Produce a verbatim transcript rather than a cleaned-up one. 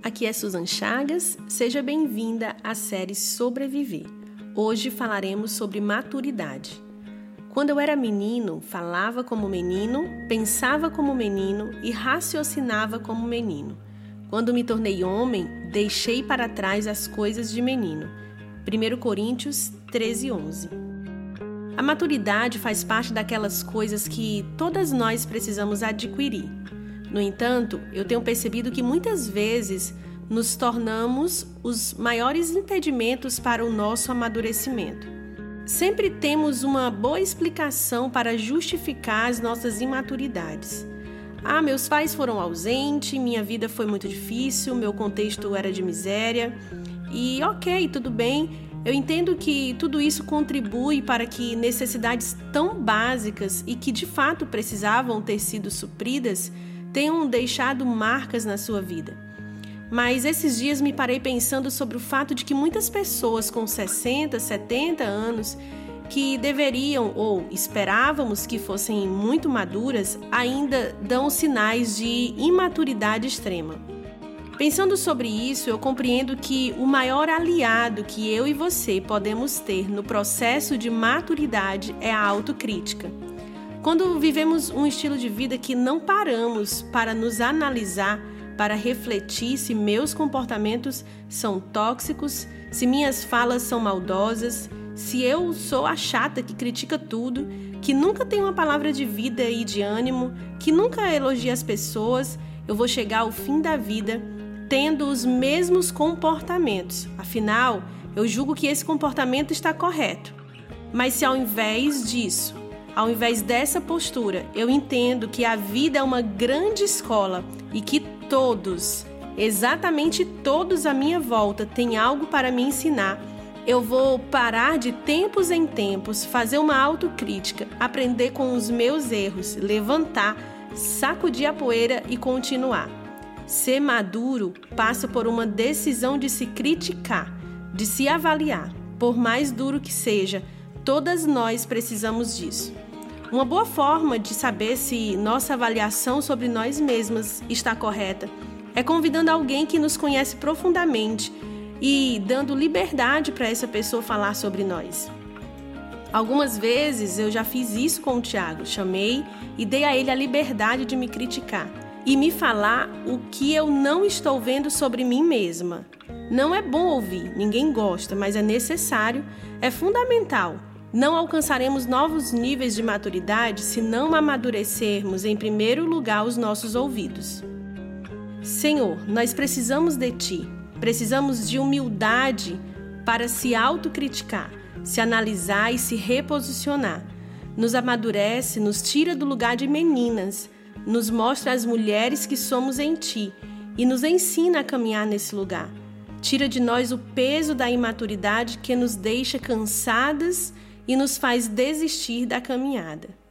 aqui é Susan Chagas, seja bem-vinda à série Sobreviver. Hoje falaremos sobre maturidade. Quando eu era menino, falava como menino, pensava como menino e raciocinava como menino. Quando me tornei homem, deixei para trás as coisas de menino. primeira Coríntios treze, onze. A maturidade faz parte daquelas coisas que todas nós precisamos adquirir. No entanto, eu tenho percebido que muitas vezes nos tornamos os maiores impedimentos para o nosso amadurecimento. Sempre temos uma boa explicação para justificar as nossas imaturidades. Ah, meus pais foram ausentes, minha vida foi muito difícil, meu contexto era de miséria. E ok, tudo bem, eu entendo que tudo isso contribui para que necessidades tão básicas e que de fato precisavam ter sido supridas tenham deixado marcas na sua vida. Mas esses dias me parei pensando sobre o fato de que muitas pessoas com sessenta, setenta anos que deveriam ou esperávamos que fossem muito maduras ainda dão sinais de imaturidade extrema. Pensando sobre isso, eu compreendo que o maior aliado que eu e você podemos ter no processo de maturidade é a autocrítica. Quando vivemos um estilo de vida que não paramos para nos analisar, para refletir se meus comportamentos são tóxicos, se minhas falas são maldosas, se eu sou a chata que critica tudo, que nunca tem uma palavra de vida e de ânimo, que nunca elogia as pessoas, eu vou chegar ao fim da vida tendo os mesmos comportamentos. Afinal, eu julgo que esse comportamento está correto. Mas se ao invés disso, ao invés dessa postura, eu entendo que a vida é uma grande escola e que todos, exatamente todos à minha volta têm algo para me ensinar, eu vou parar de tempos em tempos, fazer uma autocrítica, aprender com os meus erros, levantar, sacudir a poeira e continuar. Ser maduro passa por uma decisão de se criticar, de se avaliar. Por mais duro que seja, todas nós precisamos disso. Uma boa forma de saber se nossa avaliação sobre nós mesmas está correta é convidando alguém que nos conhece profundamente e dando liberdade para essa pessoa falar sobre nós. Algumas vezes eu já fiz isso com o Tiago, chamei e dei a ele a liberdade de me criticar e me falar o que eu não estou vendo sobre mim mesma. Não é bom ouvir, ninguém gosta, mas é necessário, é fundamental. Não alcançaremos novos níveis de maturidade se não amadurecermos, em primeiro lugar, os nossos ouvidos. Senhor, nós precisamos de Ti, precisamos de humildade para se autocriticar, se analisar e se reposicionar. Nos amadurece, nos tira do lugar de meninas, nos mostra as mulheres que somos em Ti e nos ensina a caminhar nesse lugar. Tira de nós o peso da imaturidade que nos deixa cansadas e nos faz desistir da caminhada.